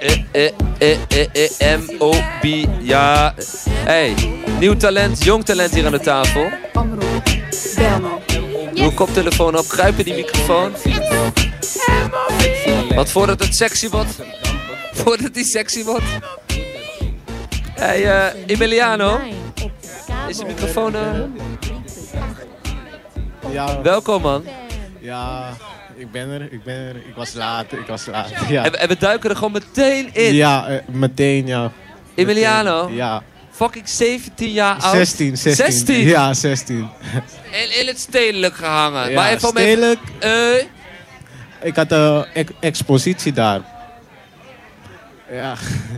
M-O-B. Ja. Hey, nieuw talent, jong talent hier aan de tafel. Omroep. Bel me. Doe een koptelefoon op, grijp in die microfoon. Want voordat het sexy wordt. Voordat die sexy wordt. Hey, Emiliano. Is de microfoon... Ja, Welkom, man. ja, ik ben er. Ik was laat. Ja, En we duiken er gewoon meteen in. ja meteen, ja. Emiliano. Meteen, ja, Fucking 17 jaar oud. 16. 16? Ja, 16. En in het stedelijk gehangen. Ja, maar even om stedelijk. even... Ik had een expositie daar. Ja.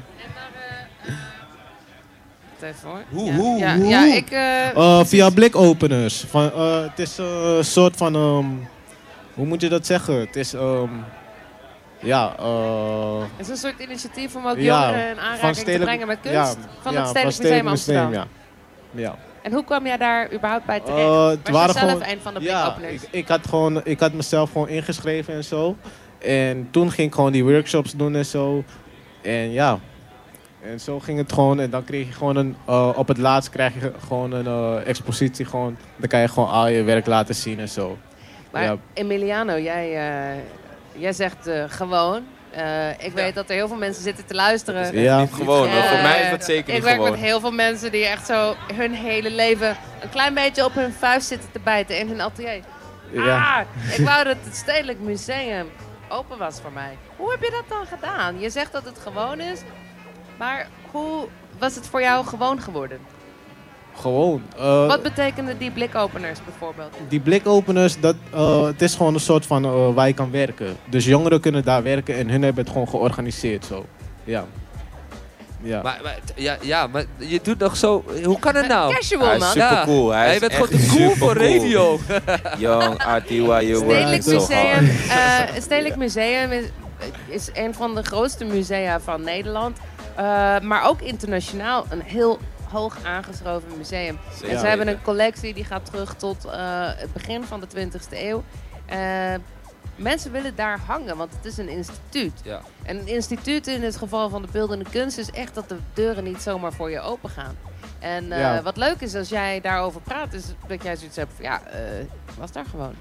Even hoor. Hoe? Ja, ik... Via blikopeners. Het is een soort van... hoe moet je dat zeggen? Het is... ja, Het is een soort initiatief om ook ja, jongeren in van aanraking te stedelijk- brengen met kunst. ja, van ja, het Stedelijk van Museum Amsterdam. ja. Ja. En hoe kwam jij daar überhaupt bij terecht? Het Was je zelf gewoon, een van de ja, blikopeners? ik had mezelf gewoon ingeschreven en zo. En toen ging ik gewoon die workshops doen en zo. En ja, en zo ging het gewoon. En dan kreeg je gewoon op het laatst krijg je gewoon een expositie. Gewoon, dan kan je gewoon al je werk laten zien en zo. Maar Ja. Emiliano, jij zegt gewoon. Ik weet dat er heel veel mensen zitten te luisteren. Ja, Niet gewoon, hoor. Voor mij is dat zeker Ik niet werk gewoon. met heel veel mensen die echt zo hun hele leven een klein beetje op hun vuist zitten te bijten in hun atelier. ja. Ik wou dat het Stedelijk Museum open was voor mij. Hoe heb je dat dan gedaan? Je zegt dat het gewoon is, maar hoe was het voor jou gewoon geworden? Gewoon. Wat betekenen die blikopeners bijvoorbeeld? Die blikopeners, het is gewoon een soort van waar je kan werken. Dus jongeren kunnen daar werken en hun hebben het gewoon georganiseerd zo. Ja. Ja. Maar je doet nog zo... Hoe kan het nou? Casual, Hij is man. super cool. Hij je is bent echt gewoon te cool voor supercool. radio. Young Atiwa, je Stedelijk wordt zo Museum, hard. het Stedelijk Museum is een van de grootste musea van Nederland. Maar ook internationaal een heel hoog aangeschoven museum. En ze hebben een collectie die gaat terug tot het begin van de 20e eeuw. Mensen willen daar hangen, want het is een instituut. Ja. En een instituut in het geval van de beeldende kunst is echt dat de deuren niet zomaar voor je open gaan. En Ja. wat leuk is als jij daarover praat, is dat jij zoiets hebt van was daar gewoon.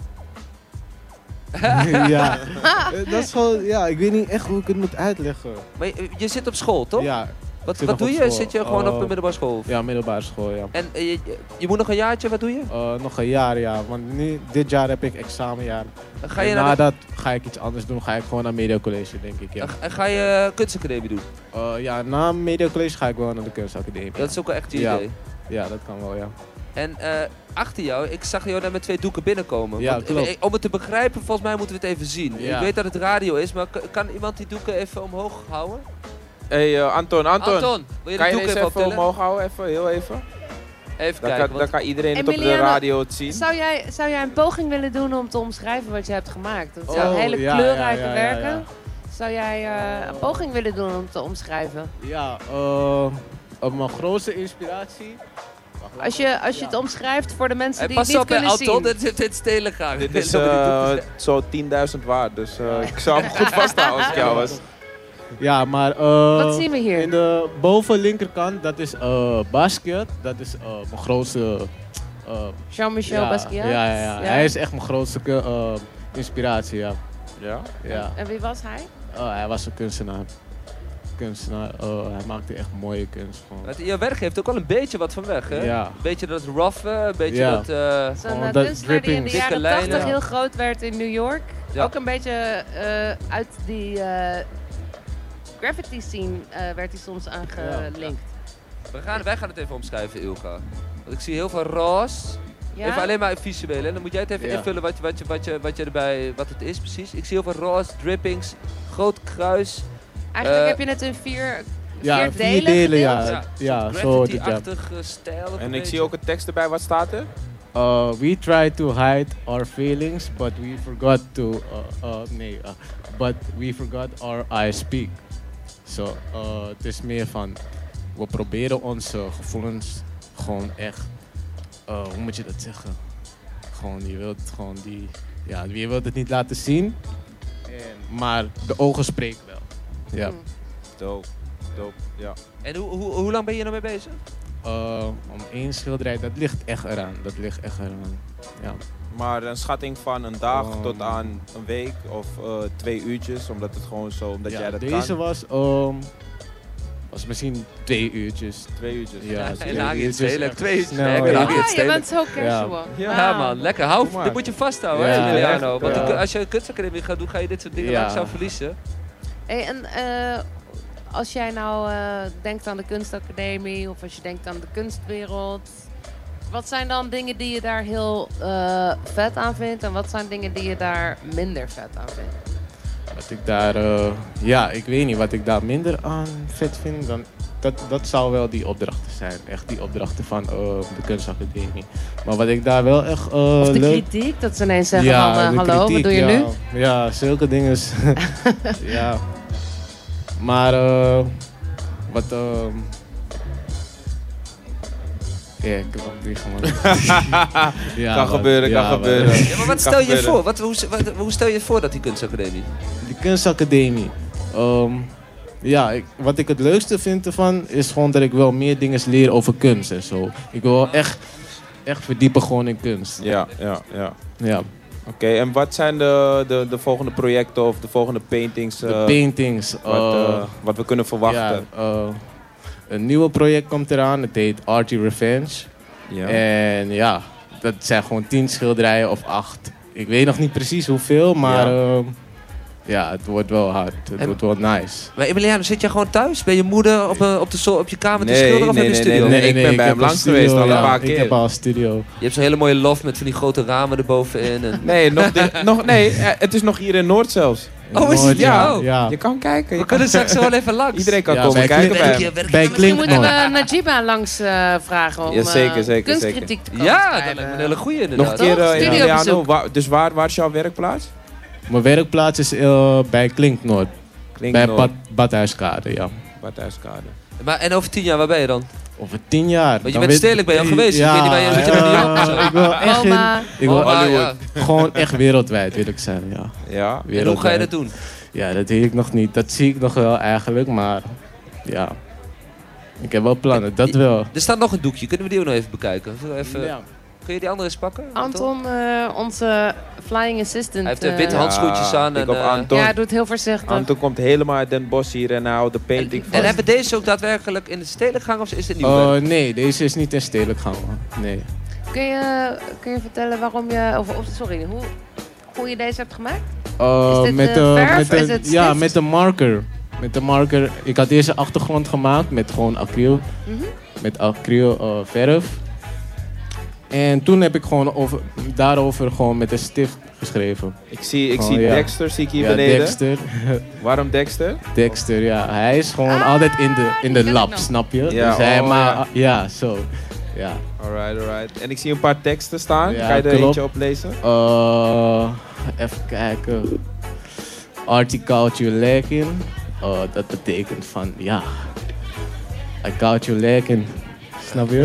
Ja. Dat is gewoon, ja, ik weet niet echt hoe ik het moet uitleggen. Maar je zit op school, toch? Ja, Wat zit doe nog op je? school. Zit je gewoon op de middelbare school? ja, middelbare school, ja. En je moet nog een jaartje, wat doe je? Nog een jaar, ja. Want nu, dit jaar heb ik examenjaar. Ga je En naar na dat ga ik iets anders doen. Ga ik gewoon naar Media College, denk ik, ja. en ga je kunstacademie doen? Ja, na Media College ga ik wel naar de kunstacademie. Dat is ook wel echt je Ja. idee. Ja, dat kan wel, ja. En achter jou, ik zag jou net met 2 doeken binnenkomen. Ja, Want, klopt. om het te begrijpen, volgens mij moeten we het even zien. Ja. Ik weet dat het radio is, maar kan iemand die doeken even omhoog houden? Hey Anton, Wil je kan de je doeken deze even even optillen? omhoog houden? Even, heel even. Even Dan kijken. kan, dan kan iedereen het op de Emiliano, radio het zien. Zou jij een poging willen doen om te omschrijven wat je hebt gemaakt? Dat zijn Oh, hele ja, kleurrijke ja, ja, werken. ja. Zou jij een poging willen doen om te omschrijven? Ja, mijn grootste inspiratie... Als je het omschrijft voor de mensen die het pas niet op, hè, kunnen Anton, zien. dit is stedelijk gaan. Dit is zo 10.000 waard, dus ik zou hem goed vasthouden als ik jou was. Ja, maar... Wat zien we hier? In de boven linkerkant, dat is Basquiat. Dat is mijn grootste... Jean-Michel Basquiat? Ja. Hij is echt mijn grootste inspiratie, ja. Ja? Ja. En wie was hij? Hij was een kunstenaar. Hij maakte echt mooie kunst. Gewoon. Je werk heeft ook wel een beetje wat van weg, hè? Ja. Een beetje dat rough, een beetje Ja. dat... Zo'n Gewoon dat kunstenaar die in de drippings. jaren Dikke lijnen. 80 heel groot werd in New York. Ja. Ook een beetje uit die graffiti scene werd hij soms aangelinkt. Wij gaan het even omschrijven, Ilka. Want ik zie heel veel roze. Ja? Even alleen maar visueel, hè? Dan moet jij het even Ja. invullen wat je erbij, wat het is precies. Ik zie heel veel roze, drippings, groot kruis. Eigenlijk heb je het in vier Ja, delen 4 delen, ja. gedeeld. Ja, zo. dit, ja. graffiti-achtige stijl. ook En een ik zie beetje. ook een tekst erbij, wat staat er? We try to hide our feelings, but we forgot to. But we forgot our I speak. So, het is meer van. We proberen onze gevoelens gewoon echt. Hoe moet je dat zeggen? Gewoon, je wilt gewoon die. Ja, je wilt het niet laten zien. Maar de ogen spreken wel. Ja. Dope, ja. En hoe lang ben je er nou mee bezig? Om 1 schilderij, dat ligt echt eraan. Ja. Maar een schatting van een dag tot aan een week of 2 uurtjes, omdat het gewoon zo, omdat jij dat deze kan. was misschien 2 uurtjes. 2 uurtjes. Ja, En 2 dan je het uurtjes, stelen. echt 2 uurtjes. snel, Nee, ja. Je bent zo casual. Ja man, lekker. Hou, Kom maar. dit moet je vasthouden, Ja, hè, Emiliano. echt, Want ja. als je een kunstacademie gaat doen, ga je dit soort dingen Ja. langzaam verliezen. Hey, en als jij nou denkt aan de kunstacademie of als je denkt aan de kunstwereld, wat zijn dan dingen die je daar heel vet aan vindt en wat zijn dingen die je daar minder vet aan vindt? Wat ik daar, ik weet niet, wat ik daar minder aan vet vind, dan, dat zou wel die opdrachten zijn. Echt die opdrachten van de kunstacademie. Maar wat ik daar wel echt Of de leuk... kritiek, dat ze ineens zeggen van de hallo, kritiek, wat doe je ja. nu? Ja, zulke dingen. Ja. Maar wat... Ja, ik heb het niet gewoon. Ja, Kan gebeuren. Ja, maar wat stel je voor? Hoe stel je voor dat die kunstacademie? Die kunstacademie. Wat ik het leukste vind ervan is gewoon dat ik wel meer dingen leer over kunst en zo. Ik wil echt verdiepen gewoon in kunst. Ja. Ja. Oké, en wat zijn de volgende projecten of de volgende paintings De paintings. wat we kunnen verwachten? Ja, een nieuwe project komt eraan. Het heet Artie Revenge. Ja. En ja, dat zijn gewoon 10 schilderijen of 8. Ik weet nog niet precies hoeveel, maar het wordt wel hard. Het wordt wel nice. Maar Emiliano, zit jij gewoon thuis? Ben je moeder op je kamer te schilderen of heb je een studio? Nee, ik ben bij hem langs geweest al een paar keer. Ik heb al een studio. Je hebt zo'n hele mooie loft met van die grote ramen erbovenin. En... Nee, het is nog hier in Noord zelfs. Oh, is het? Ja. Ja. Je kan kijken. We kunnen straks wel even langs. Iedereen kan Ja, komen bij kijken bij Klink- hem. Bij Misschien moeten we Klinknoord. Najiba langs vragen om Ja, zeker. kunstkritiek te komen Ja, dat schrijven. lijkt me een hele goeie Nog inderdaad. een keer, Toch? Emiliano, Studiobezoek. dus waar is jouw werkplaats? Mijn werkplaats is bij Klinknoord. Bij Badhuiskade, ja. Badhuiskade. Maar, en over 10 jaar, waar ben je dan? Over 10 jaar. Want je dan bent stedelijk bij jou geweest. Ja, Ik weet niet waar je zit. Je in New York of zo. ik wil echt Roma. ik wil Ja. gewoon echt wereldwijd wil ik zijn, ja. Ja. En hoe ga je dat doen? Ja, dat weet ik nog niet. Dat zie ik nog wel eigenlijk, maar ja. Ik heb wel plannen, dat wel. Er staat nog een doekje. Kunnen we die ook nog even bekijken? Zullen we even... Ja. Kun je die andere eens pakken? Anton, onze flying assistant. Hij heeft witte handschoentjes aan. Ik En, op Anton. Ja, hij doet heel voorzichtig. Anton komt helemaal uit Den Bosch hier en hij houdt de painting en vast. hebben deze ook daadwerkelijk in de stedelijk gang of is dit nieuw? Nee, deze is niet in stedelijk gaan, man. Nee. Kun je vertellen waarom je... hoe je deze hebt gemaakt? Is dit met verf? met Is het ja, stift? met de marker. Met de marker. Ik had deze achtergrond gemaakt met gewoon acryl. Met acryl verf. En toen heb ik gewoon daarover gewoon met een stift geschreven. Ik zie Oh, ja. Dexter zie ik hier Ja, beneden. Dexter. Waarom Dexter? Dexter, ja. Hij is gewoon altijd in die de ken lab, ik nog. snap je? Ja, dus hij oh, ja, zo. Ja. Alright. En ik zie een paar teksten staan. Ja, Kan je er klopt. eentje oplezen? Even kijken. Artie caught you lacking. Dat betekent van, ja. I caught you lacking. Snap je?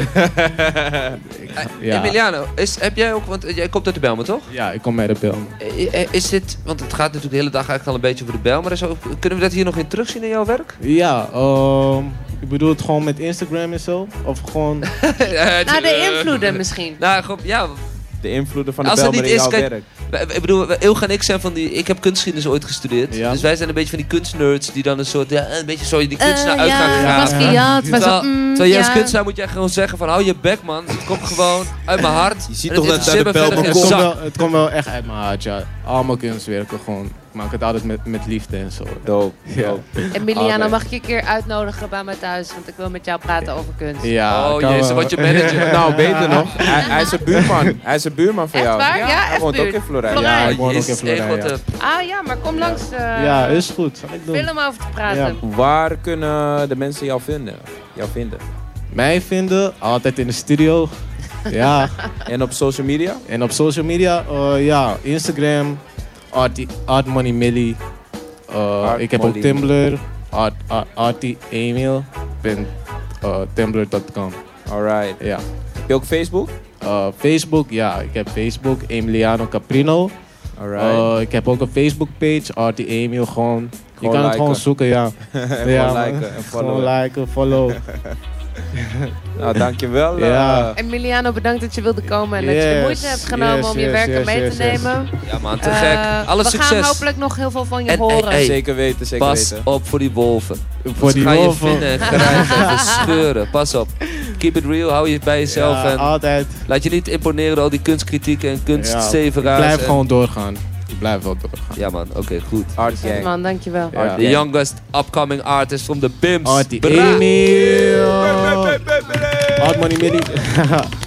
Ja. Emiliano, heb jij ook, want jij komt uit de Bijlmer, toch? Ja, ik kom uit de Bijlmer. Is dit, want het gaat natuurlijk de hele dag eigenlijk al een beetje over de Bijlmer en zo. Kunnen we dat hier nog in terugzien in jouw werk? Ja, ik bedoel het gewoon met Instagram en zo? Of gewoon... Nou, de invloeden misschien. Nou, gewoon, ja. De invloeden van de Als het Bijlmer niet in is, jouw kijk, werk. Ik bedoel, Ilga en ik zijn van die... Ik heb kunstgeschiedenis ooit gestudeerd. Ja. Dus wij zijn een beetje van die kunstnerds die dan een soort... Ja, een beetje zo die kunstenaar uit gaan graven. Terwijl jij als kunstenaar moet jij gewoon zeggen van... Hou je bek, man. Het komt gewoon uit mijn hart. Je ziet En toch het dat interesseert de me Bijlmer verder geen Het zak. komt wel echt uit mijn hart, ja. Allemaal kunstwerken gewoon. Ik maak het altijd met liefde en zo. Dope. Ja. Emiliano, Altijd. mag ik je een keer uitnodigen bij mij thuis? Want ik wil met jou praten over kunst. Ja, Oh kan jezus, wel. wat je manager. Nou, beter nog. Hij is een buurman. Hij is een buurman van Echt jou. waar? Ja, hij echt woont ook buurt. in Florijn. Florijn. Ja, ik woon ook in Jezus, Florijn, echt, ja. wat, Ah ja, maar kom langs. Ja, is goed. Zal ik doen. Veel om over te praten. Ja. Waar kunnen de mensen jou vinden? Mij vinden, altijd in de studio. Ja. En op social media? En op social media, ja, Instagram, ArtMoneyMillie. Ik heb ook Molly. Tumblr, artieemil.tumblr.com. Alright. Ja. Heb je ook Facebook? Facebook, ja, ik heb Facebook, Emiliano Caprino. Alright. Ik heb ook een Facebook page, Artie Emil gewoon. Je kan het liken. gewoon zoeken, ja. Gewoon liken en followen. Gewoon liken, follow. Nou, dankjewel. Ja. Emiliano, bedankt dat je wilde komen en dat je de moeite hebt genomen om je werken mee te nemen. Ja man, te gek. Alle we succes. gaan hopelijk nog heel veel van je En, horen. hey, Zeker weten, Pas op voor die wolven. Voor die Ga je wolven. vinden, krijgen, verscheuren. Pas op. Keep it real, hou je bij jezelf. Ja, En altijd. laat je niet imponeren door al die kunstkritieken en kunststeveraars. Blijf gewoon doorgaan. Ik blijf wel doorgaan. Ja man, oké, goed. Art Zeg, gang. man, dankjewel. Ja. The youngest upcoming artist from the BIMS. Artie Bra- Emil. Hard money Millie.